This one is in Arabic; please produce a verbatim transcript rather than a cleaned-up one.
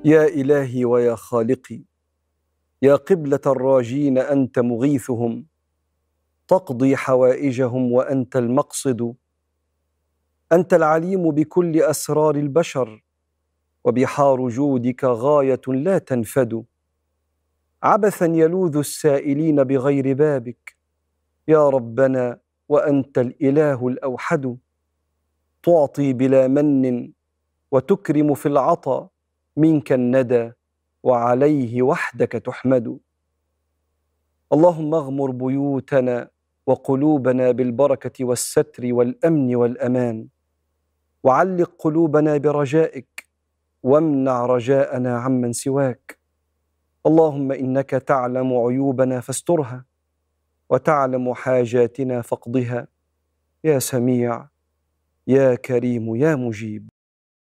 يا إلهي ويا خالقي، يا قبلة الراجين أنت مغيثهم، تقضي حوائجهم وأنت المقصد. أنت العليم بكل أسرار البشر، وبحار جودك غاية لا تنفد. عبثا يلوذ السائلين بغير بابك يا ربنا، وأنت الإله الأوحد. تعطي بلا من وتكرم في العطا، منك الندى وعليه وحدك تحمد. اللهم اغمر بيوتنا وقلوبنا بالبركة والستر والأمن والأمان، وعلق قلوبنا برجائك، وامنع رجاءنا عمن سواك. اللهم إنك تعلم عيوبنا فاسترها، وتعلم حاجاتنا فاقضها، يا سميع يا كريم يا مجيب.